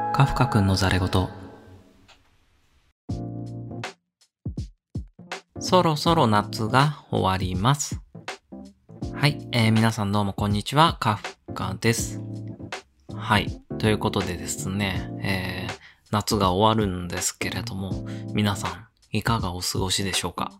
カフカくんのざれ言。そろそろ夏が終わります。はい、皆さんどうもこんにちは、カフカです。はい、ということでですね、夏が終わるんですけれども、皆さんいかがお過ごしでしょうか？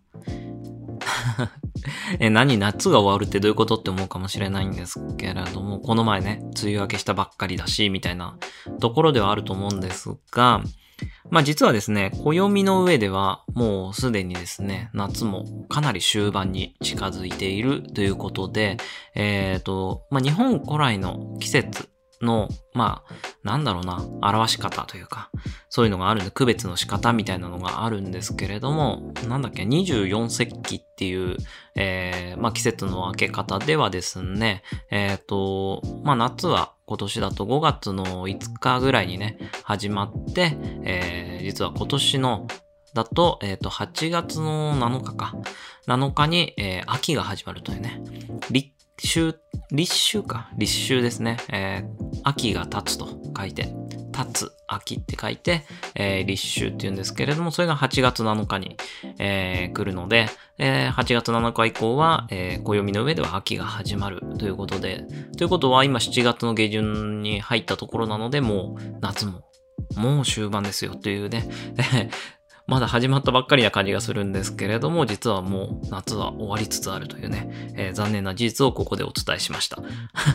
夏が終わるってどういうことって思うかもしれないんですけれども、この前ね、梅雨明けしたばっかりだし、みたいなところではあると思うんですが、実はですね、暦の上ではもうすでにですね、夏もかなり終盤に近づいているということで、日本古来の季節の、表し方というか、そういうのがあるんで、区別の仕方みたいなのがあるんですけれども、24節気っていう、季節の分け方ではですね、夏は今年だと5月の5日ぐらいにね、始まって、実は今年のだと、8月の7日か。7日に、秋が始まるというね。立秋ですね。秋が経つと書いて、経つ、秋って書いて、立秋って言うんですけれども、それが8月7日に、来るので、8月7日以降は、暦の上では秋が始まるということで、ということは今7月の下旬に入ったところなので、もう夏も、もう終盤ですよというね、まだ始まったばっかりな感じがするんですけれども、実はもう夏は終わりつつあるというね、残念な事実をここでお伝えしました。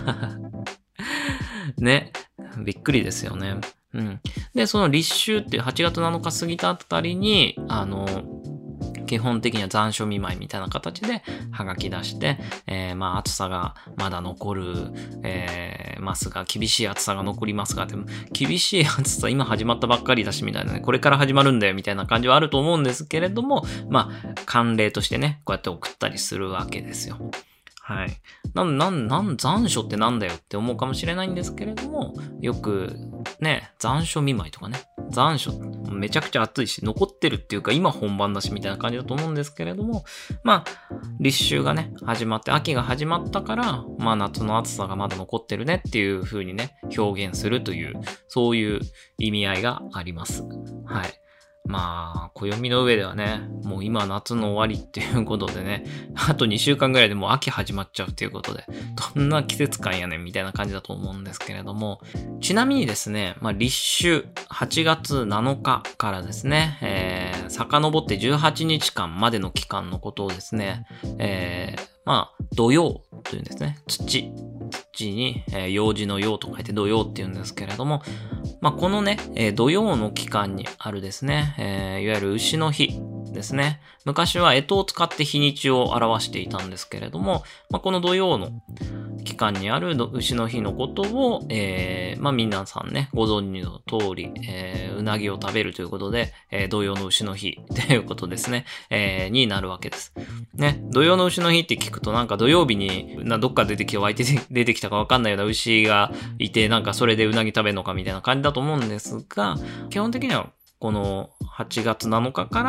ね、びっくりですよね。うん。で、その立秋っていう8月7日過ぎたあたりに、基本的には残暑見舞いみたいな形でハガキ出して、暑さがまだ残る、ますが、厳しい暑さが残りますが、でも厳しい暑さ今始まったばっかりだしみたいなね、これから始まるんだよみたいな感じはあると思うんですけれども、慣例としてね、こうやって送ったりするわけですよ。はい。残暑ってなんだよって思うかもしれないんですけれども、よくね、残暑見舞いとかね、残暑めちゃくちゃ暑いし、残ってるっていうか今本番だしみたいな感じだと思うんですけれども、立秋がね、始まって、秋が始まったから、夏の暑さがまだ残ってるねっていう風にね、表現するという、そういう意味合いがあります。はい。暦の上ではね、もう今夏の終わりっていうことでね、あと2週間ぐらいでもう秋始まっちゃうっていうことで、どんな季節感やねんみたいな感じだと思うんですけれども、ちなみにですね、立秋8月7日からですね、遡って18日間までの期間のことをですね、土曜というんですね、土に、用事の用と書いて土曜って言うんですけれども、このね、土曜の期間にあるですね、いわゆる牛の日ですね。昔は干支を使って日にちを表していたんですけれども、この土曜の期間にある牛の日のことを、皆さんね、ご存知の通り、うなぎを食べるということで、土曜の牛の日ということですね、になるわけです。ね、土曜の牛の日って聞くと土曜日にどっか出てきたかわかんないような牛がいて、それでうなぎ食べるのかみたいな感じだと思うんですが、基本的にはこの8月7日から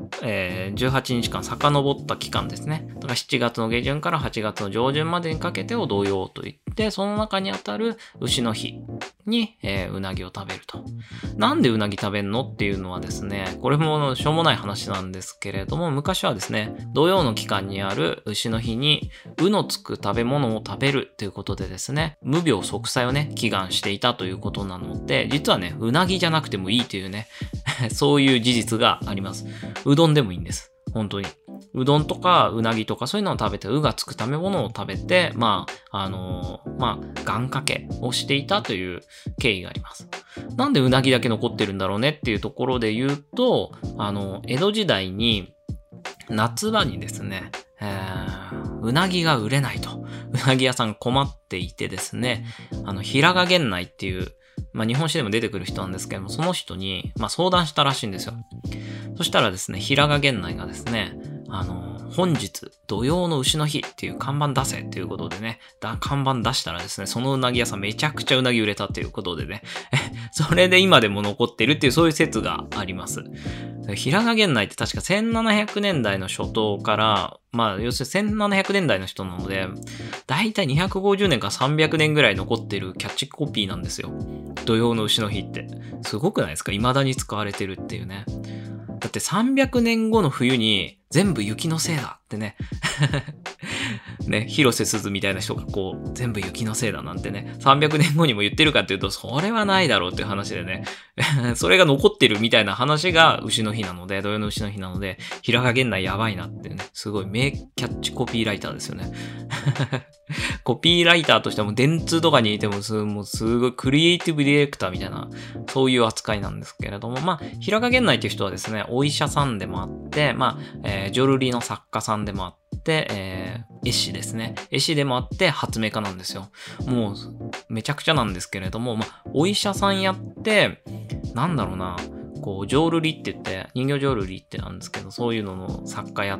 、18日間遡った期間ですね。だから7月の下旬から8月の上旬までにかけてを土曜と言って、その中にあたる牛の日に、うなぎを食べると。なんでうなぎ食べんのっていうのはですね、これもしょうもない話なんですけれども、昔はですね、土曜の期間にある牛の日に、うのつく食べ物を食べるということでですね、無病息災をね、祈願していたということなので、実はね、うなぎじゃなくてもいいというね、そういう事実があります。うどんでもいいんです。本当に。うどんとかうなぎとかそういうのを食べて、うがつく食べ物を食べて、願掛けをしていたという経緯があります。なんでうなぎだけ残ってるんだろうねっていうところで言うと、江戸時代に夏場にですね、うなぎが売れないと。うなぎ屋さん困っていてですね、平賀源内っていう、日本史でも出てくる人なんですけども、その人に、相談したらしいんですよ。そしたらですね、平賀源内がですね、本日、土曜の牛の日っていう看板出せっていうことでね、看板出したらですね、そのうなぎ屋さんめちゃくちゃうなぎ売れたっていうことでね、それで今でも残ってるっていうそういう説があります。平賀源内って確か1700年代の初頭から、要するに1700年代の人なので、だいたい250年から300年ぐらい残ってるキャッチコピーなんですよ。 土用の丑の日って。すごくないですか？未だに使われてるっていうね。だって300年後の冬に全部雪のせいだってね。ね、広瀬すずみたいな人がこう、全部雪のせいだなんてね、300年後にも言ってるかっていうと、それはないだろうっていう話でね、それが残ってるみたいな話が牛の日なので、土用の丑の日なので、平賀源内やばいなってね、すごい名キャッチコピーライターですよね。コピーライターとしても電通とかにいてももうすごいクリエイティブディレクターみたいな、そういう扱いなんですけれども、まあ、平賀源内っていう人はですね、お医者さんでもあって、まあ、浄瑠璃の作家さんでもあって、絵師ですね。絵師でもあって発明家なんですよ。もう、めちゃくちゃなんですけれども、まあ、お医者さんやって、なんだろうな、こう、浄瑠璃って言って、人形浄瑠璃ってなんですけど、そういうのの作家やって、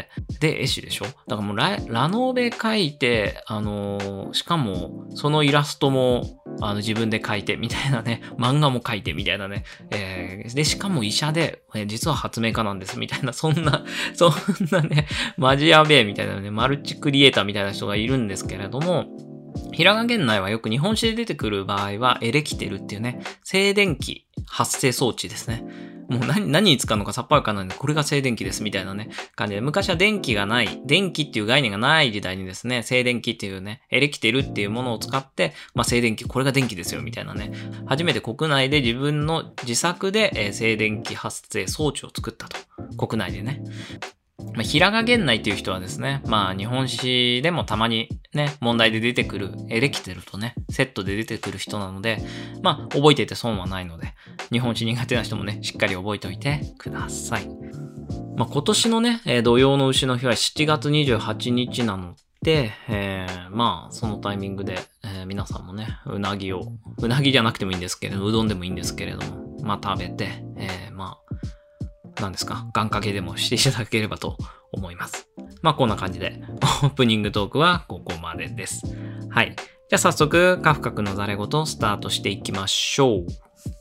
で、絵師でしょ？だからもうラノベ描いて、しかも、そのイラストも、自分で描いてみたいなね、漫画も描いてみたいなね、で、しかも医者で、実は発明家なんですみたいな、そんなね、マジやべえみたいなね、マルチクリエイターみたいな人がいるんですけれども、平賀源内はよく日本史で出てくる場合はエレキテルっていうね、静電気発生装置ですね。もう何に使うのかさっぱりわかんないんで、これが静電気ですみたいなね、感じで、昔は電気っていう概念がない時代にですね、静電気っていうね、エレキテルっていうものを使って、まあ静電気、これが電気ですよみたいなね、初めて国内で自分の自作で、静電気発生装置を作ったと。国内でね。まあ、平賀源内っていう人はですね、まあ日本史でもたまにね、問題で出てくるエレキテルとね、セットで出てくる人なので、まあ覚えていて損はないので、日本史苦手な人もね、しっかり覚えておいてください。まあ今年のね、土用の丑の日は7月28日なので、まあそのタイミングで、皆さんもね、うなぎじゃなくてもいいんですけれど、うどんでもいいんですけれども、まあ食べて、まあ、何ですか、願掛けでもしていただければと思います。まあこんな感じで、オープニングトークはここまでです。はい。じゃあ早速、カフカ君のザレ言スタートしていきましょう。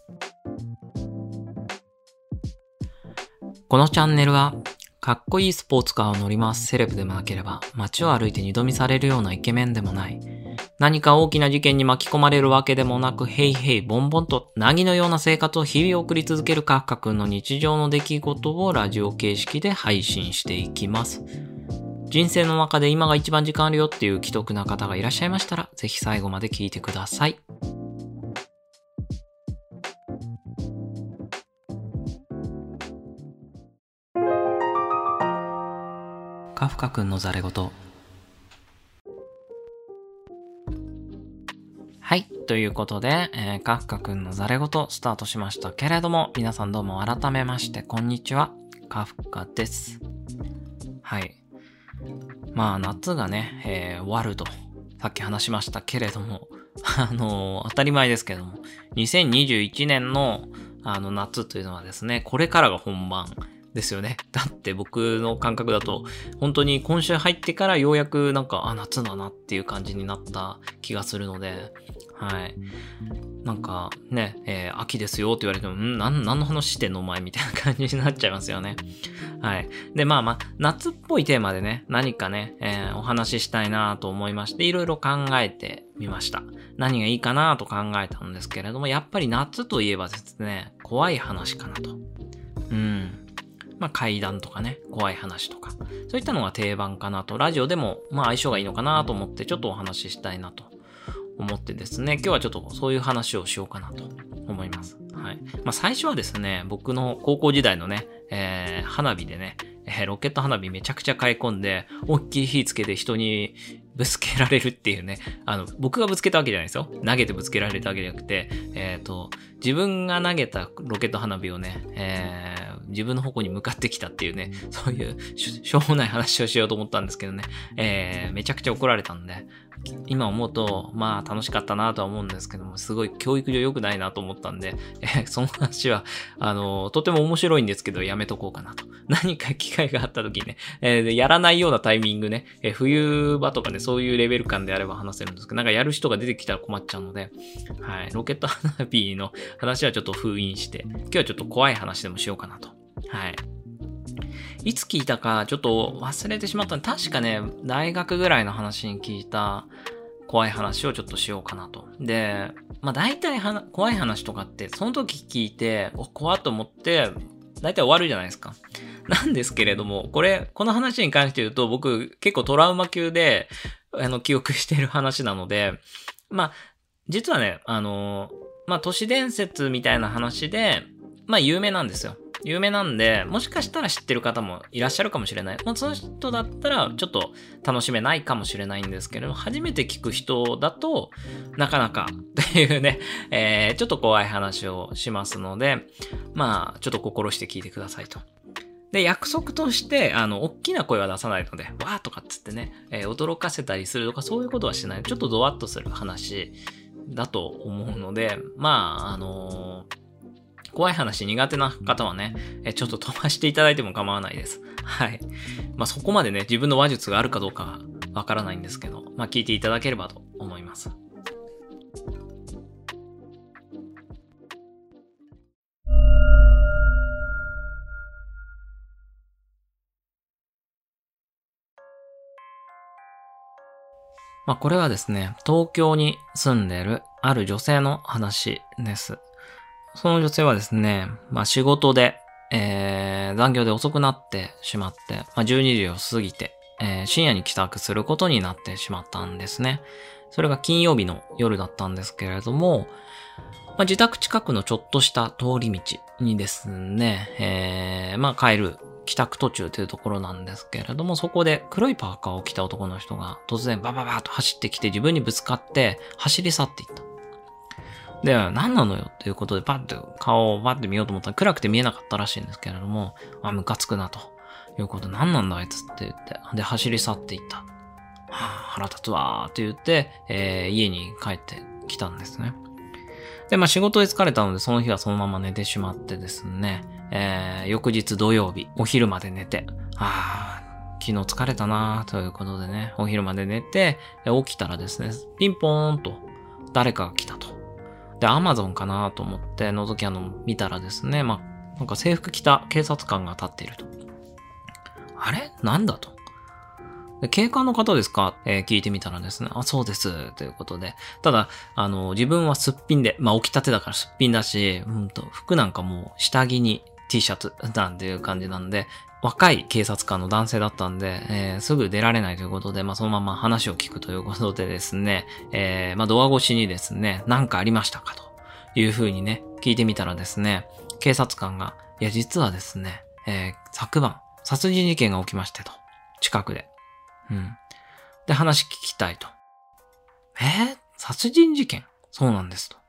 このチャンネルは、かっこいいスポーツカーを乗り回すセレブでもなければ、街を歩いて二度見されるようなイケメンでもない。何か大きな事件に巻き込まれるわけでもなく、ヘイヘイボンボンと、なぎのような生活を日々送り続けるカフカ君の日常の出来事をラジオ形式で配信していきます。人生の中で今が一番時間あるよっていう既得な方がいらっしゃいましたら、ぜひ最後まで聞いてください。カフカ君のザレ言。はい。ということで、カフカ君のザレ言スタートしましたけれども、皆さんどうも改めましてこんにちは。カフカです。はい。まあ夏がね、終わるとさっき話しましたけれども、当たり前ですけども、2021年の夏というのはですね、これからが本番ですよね。だって僕の感覚だと、本当に今週入ってからようやくなんか、夏だなっていう感じになった気がするので、はい。なんかね、秋ですよって言われても、何の話してんのお前みたいな感じになっちゃいますよね。はい。で、まあ、夏っぽいテーマでね、何かね、お話ししたいなと思いまして、いろいろ考えてみました。何がいいかなと考えたんですけれども、やっぱり夏といえばですね、怖い話かなと。まあ怪談とかね、怖い話とか、そういったのが定番かなと、ラジオでもまあ相性がいいのかなと思ってちょっとお話ししたいなと思ってですね、今日はちょっとそういう話をしようかなと思います。はい。まあ最初はですね、僕の高校時代のね、花火でね、ロケット花火めちゃくちゃ買い込んで、大きい火つけて人にぶつけられるっていうね、僕がぶつけたわけじゃないですよ。投げてぶつけられたわけじゃなくて、自分が投げたロケット花火をね、自分の方向に向かってきたっていうね、そういうしょうもない話をしようと思ったんですけどね、めちゃくちゃ怒られたんで、今思うと、まあ楽しかったなとは思うんですけども、すごい教育上良くないなと思ったんで、その話は、とても面白いんですけど、やめとこうかなと。何か機会があった時にね、やらないようなタイミングね、冬場とかね、そういうレベル感であれば話せるんですけど、なんかやる人が出てきたら困っちゃうので、はい、ロケット花火の話はちょっと封印して、今日はちょっと怖い話でもしようかなと。はい。いつ聞いたかちょっと忘れてしまったんで、確かね、大学ぐらいの話に聞いた怖い話をちょっとしようかなと。で、大体怖い話とかって、その時聞いて、怖っと思って、大体終わるじゃないですか。なんですけれども、この話に関して言うと、僕結構トラウマ級で、記憶している話なので、実はね、都市伝説みたいな話で、有名なんですよ。有名なんで、もしかしたら知ってる方もいらっしゃるかもしれない。その人だったらちょっと楽しめないかもしれないんですけれど、初めて聞く人だとなかなかっていうね、ちょっと怖い話をしますので、ちょっと心して聞いてくださいと。で、約束として、大きな声は出さないので、わーとかっつってね、驚かせたりするとかそういうことはしない。ちょっとドワッとする話だと思うので、怖い話苦手な方はね、ちょっと飛ばしていただいても構わないです。はい。そこまでね、自分の話術があるかどうかわからないんですけど、聞いていただければと思います。これはですね、東京に住んでるある女性の話です。その女性はですね、仕事で、残業で遅くなってしまって、12時を過ぎて、深夜に帰宅することになってしまったんですね。それが金曜日の夜だったんですけれども、自宅近くのちょっとした通り道にですね、帰宅途中というところなんですけれども、そこで黒いパーカーを着た男の人が突然バババーと走ってきて自分にぶつかって走り去っていった。で、何なのよっていうことでパッて顔をパッて見ようと思ったら暗くて見えなかったらしいんですけれども、ムカつくなということで、何なんだあいつって言って、で、走り去っていった。腹立つわーって言って、家に帰ってきたんですね。で、仕事で疲れたのでその日はそのまま寝てしまってですね、翌日土曜日、お昼まで寝て、昨日疲れたなーということでね、お昼まで寝て、起きたらですね、ピンポーンと誰かが来たと。で、アマゾンかなと思って覗き見たらですね、なんか制服着た警察官が立っていると。あれなんだと。で、警官の方ですか聞いてみたらですね、そうです。ということで。ただ、自分はすっぴんで、起きたてだからすっぴんだし、服なんかもう下着に T シャツなんていう感じなんで、若い警察官の男性だったんで、すぐ出られないということで、そのまま話を聞くということでですね、ドア越しにですね、何かありましたかというふうにね、聞いてみたらですね、警察官が、いや、実はですね、昨晩、殺人事件が起きましてと。近くで。で、話聞きたいと。殺人事件？そうなんですと。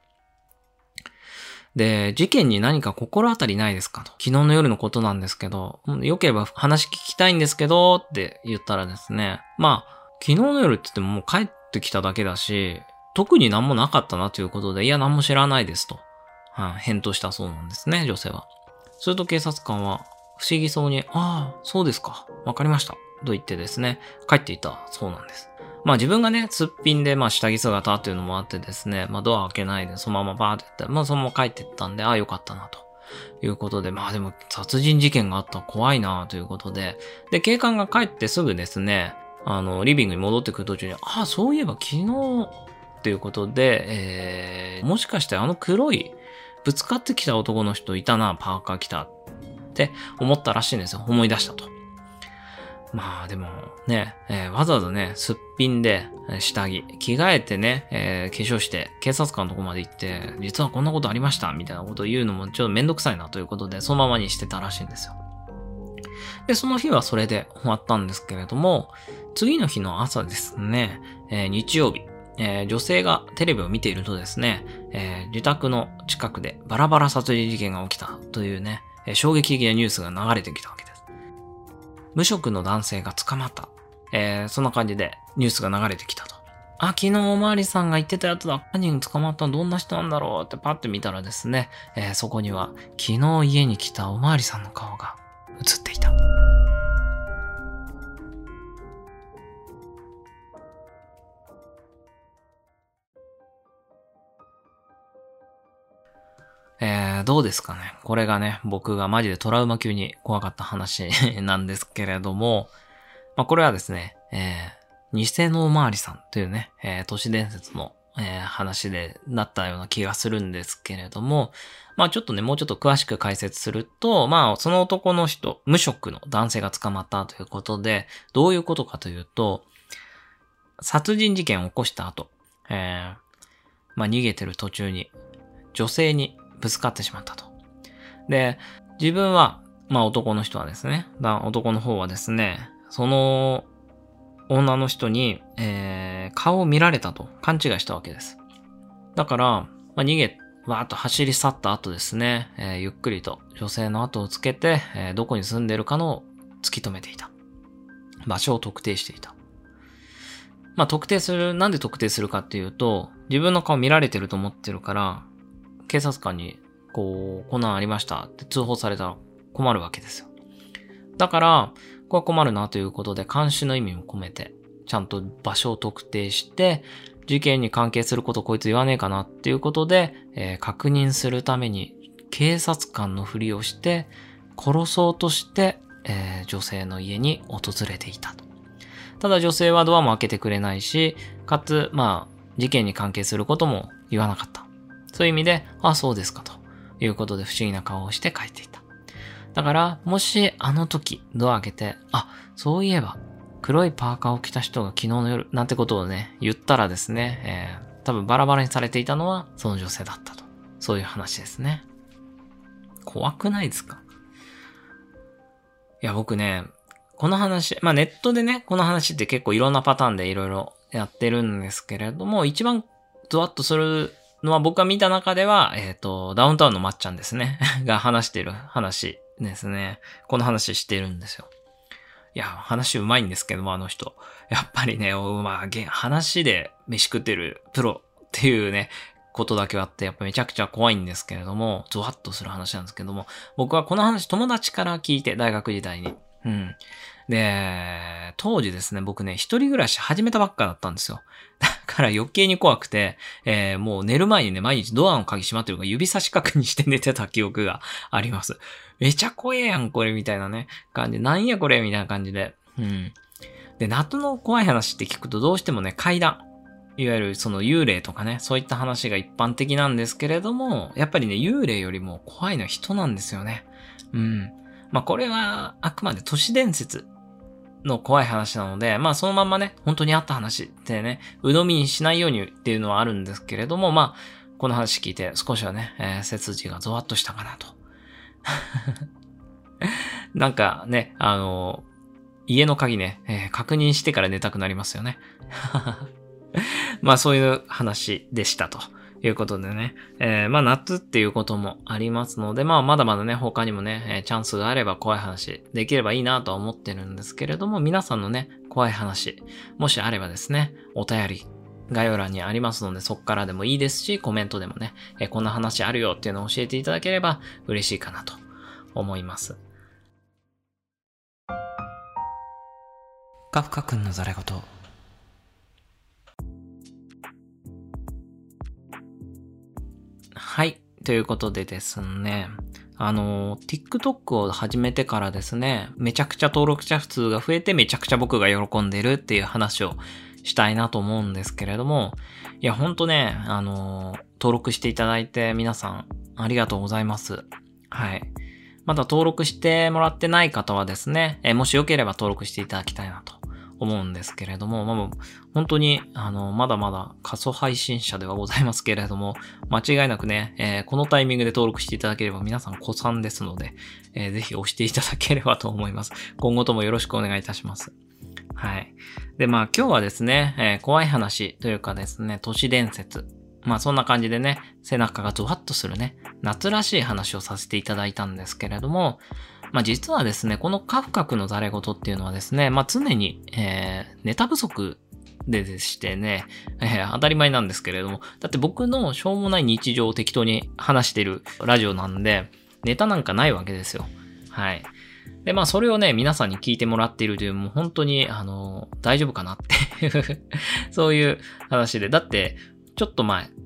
で、事件に何か心当たりないですかと。昨日の夜のことなんですけど、よければ話聞きたいんですけど、って言ったらですね、昨日の夜って言ってももう帰ってきただけだし、特に何もなかったなということで、いや、何も知らないですと。返答したそうなんですね、女性は。すると警察官は、不思議そうに、そうですか。わかりました。と言ってですね、帰っていたそうなんです。自分がね、すっぴんで、下着姿っていうのもあってですね、ドア開けないで、そのままバーって言って、そのまま帰っていったんで、よかったな、ということで、でも、殺人事件があったら怖いな、ということで、で、警官が帰ってすぐですね、リビングに戻ってくる途中に、そういえば昨日、っていうことで、もしかして黒い、ぶつかってきた男の人いたな、パーカー来た、って思ったらしいんですよ。思い出したと。でもね、わざわざね、すっぴんで、下着、着替えてね、化粧して、警察官のとこまで行って、実はこんなことありました、みたいなことを言うのもちょっとめんどくさいなということで、そのままにしてたらしいんですよ。で、その日はそれで終わったんですけれども、次の日の朝ですね、日曜日、女性がテレビを見ているとですね、自宅の近くでバラバラ殺人事件が起きたというね、衝撃的なニュースが流れてきたわけです。無職の男性が捕まった。そんな感じでニュースが流れてきたと。昨日おまわりさんが言ってたやつだ。犯人捕まったのどんな人なんだろうってパッて見たらですね、そこには昨日家に来たおまわりさんの顔が映っていた。どうですかね。これがね、僕がマジでトラウマ級に怖かった話なんですけれども、これはですね、 偽のおまわりさんというね、都市伝説の、話でなったような気がするんですけれども、まあちょっとね、もうちょっと詳しく解説すると、まあその男の人、無職の男性が捕まったということで、どういうことかというと、殺人事件を起こした後、まあ逃げてる途中に女性にぶつかってしまったと。で、自分は、まあ男の人はですね、男の方はですね、その女の人に、顔を見られたと勘違いしたわけです。だから、まあ、わーっと走り去った後ですね、ゆっくりと女性の後をつけて、どこに住んでるかのを突き止めていた。場所を特定していた。まあ、なんで特定するかっていうと、自分の顔見られてると思ってるから、警察官に、こんなんありましたって通報されたら困るわけですよ。だから、これは困るなということで、監視の意味も込めて、ちゃんと場所を特定して、事件に関係することこいつ言わねえかなっていうことで、確認するために、警察官のふりをして、殺そうとして、女性の家に訪れていたと。ただ女性はドアも開けてくれないし、かつ、まあ、事件に関係することも言わなかった。そういう意味で、あ、そうですかということで不思議な顔をして帰っていた。だから、もしあの時ドア開けて、あ、そういえば黒いパーカーを着た人が昨日の夜なんてことをね、言ったらですね、多分バラバラにされていたのはその女性だったと。そういう話ですね。怖くないですか？いや、僕ね、この話、まあネットでね、この話って結構いろんなパターンでいろいろやってるんですけれども、一番ゾワッとするのは僕が見た中では、ダウンタウンのまっちゃんですね。が話してる話ですね。この話してるんですよ。いや、話うまいんですけども、あの人。やっぱりね、まあ、話で飯食ってるプロっていうね、ことだけはあって、やっぱめちゃくちゃ怖いんですけれども、ゾワッとする話なんですけども、僕はこの話友達から聞いて、大学時代に。うん。で、当時ですね、僕ね、一人暮らし始めたばっかだったんですよ。だから余計に怖くて、もう寝る前にね、毎日ドアの鍵閉まってるから指差し確認して寝てた記憶があります。めちゃ怖えやん、これ、みたいなね、感じ。なんやこれ、みたいな感じで。うん。で、夏の怖い話って聞くとどうしてもね、怪談。いわゆるその幽霊とかね、そういった話が一般的なんですけれども、やっぱりね、幽霊よりも怖いのは人なんですよね。うん。まあ、これは、あくまで都市伝説の怖い話なので、まあそのまんまね、本当にあった話ってね、鵜呑みにしないようにっていうのはあるんですけれども、まあ、この話聞いて少しはね、背筋がゾワッとしたかなと。なんかね、家の鍵ね、確認してから寝たくなりますよね。まあそういう話でしたということでね。まあ夏っていうこともありますので、まあまだまだね、他にもね、チャンスがあれば怖い話できればいいなとは思ってるんですけれども、皆さんのね、怖い話、もしあればですね、お便り、概要欄にありますので、そっからでもいいですし、コメントでもね、こんな話あるよっていうのを教えていただければ嬉しいかなと思います。カフカくんのざれ言。はい。ということでですね、TikTok を始めてからですね、めちゃくちゃ登録者数が増えてめちゃくちゃ僕が喜んでるっていう話をしたいなと思うんですけれども、いや、ほんとね、登録していただいて皆さんありがとうございます。はい。まだ登録してもらってない方はですね、もしよければ登録していただきたいなと思うんですけれども、まあ、本当に、まだまだ過疎配信者ではございますけれども、間違いなくね、このタイミングで登録していただければ皆さん古参ですので、ぜひ押していただければと思います。今後ともよろしくお願いいたします。はい。で、まあ今日はですね、怖い話というかですね、都市伝説。まあそんな感じでね、背中がゾワッとするね、夏らしい話をさせていただいたんですけれども、まあ実はですね、このカフカくんのざれ言っていうのはですね、まあ常に、ネタ不足でしてね、当たり前なんですけれども、だって僕のしょうもない日常を適当に話してるラジオなんで、ネタなんかないわけですよ。はい。で、まあそれをね、皆さんに聞いてもらっているという、もう本当に、大丈夫かなっていうそういう話で、だって、ちょっと前、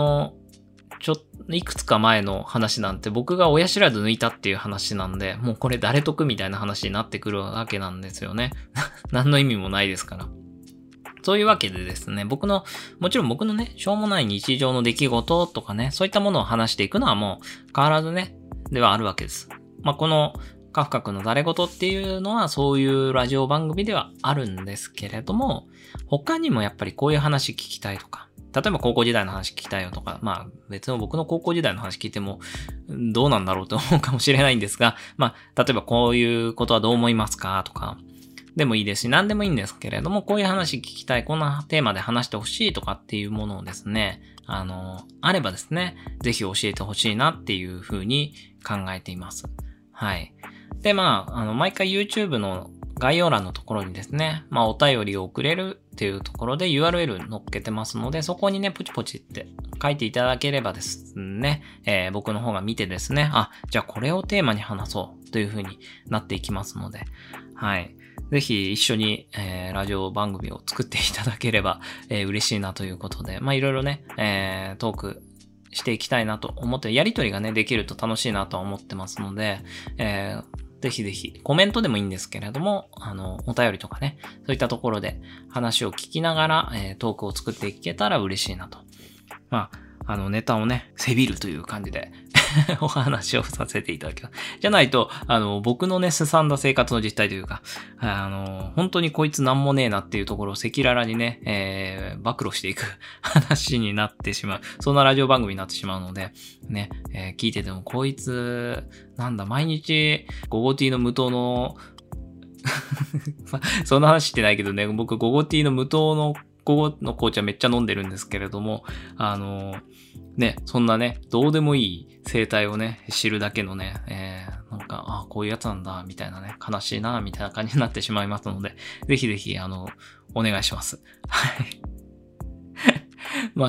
いくつか前の話なんて僕が親知らず抜いたっていう話なんで、もうこれ誰得みたいな話になってくるわけなんですよね。何の意味もないですから。 そういうわけでですね、もちろん僕のね、しょうもない日常の出来事とかね、そういったものを話していくのはもう変わらずね、ではあるわけです。このカフカ君の誰事っていうのはそういうラジオ番組ではあるんですけれども、他にもやっぱりこういう話聞きたいとか、例えば高校時代の話聞きたいよとか、別の僕の高校時代の話聞いてもどうなんだろうと思うかもしれないんですが、例えばこういうことはどう思いますかとか、でもいいですし、何でもいいんですけれども、こういう話聞きたい、こんなテーマで話してほしいとかっていうものをですね、あればですね、ぜひ教えてほしいなっていうふうに考えています。はい。で、毎回 YouTube の概要欄のところにですね、お便りを送れるっていうところで URL 載っけてますので、そこにね、ポチポチって書いていただければですね、僕の方が見てですね、じゃあこれをテーマに話そうという風になっていきますので、はい。ぜひ一緒に、ラジオ番組を作っていただければ、嬉しいなということで、いろいろね、トークしていきたいなと思って、やりとりがね、できると楽しいなと思ってますので、ぜひぜひ、コメントでもいいんですけれども、お便りとかね、そういったところで話を聞きながら、トークを作っていけたら嬉しいなと。ネタをね、せびるという感じでお話をさせていただきます。じゃないと、僕のね、すさんだ生活の実態というか、本当にこいつなんもねえなっていうところを赤裸々にね、暴露していく話になってしまう。そんなラジオ番組になってしまうので、ね、聞いててもこいつ、毎日、ゴゴティーの無糖のそんな話してないけどね、僕ゴゴティーの無糖の午後の紅茶めっちゃ飲んでるんですけれども、そんなね、どうでもいい生態をね、知るだけのね、こういうやつなんだ、みたいなね、悲しいな、みたいな感じになってしまいますので、ぜひぜひ、お願いします。はい。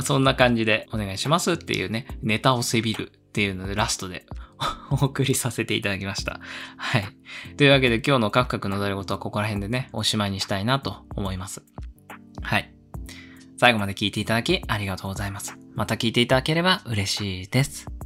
そんな感じでお願いしますっていうね、ネタをせびるっていうので、ラストでお送りさせていただきました。はい。というわけで、今日のカフカ君の誰事はここら辺でね、おしまいにしたいなと思います。はい。最後まで聞いていただきありがとうございます。また聞いていただければ嬉しいです。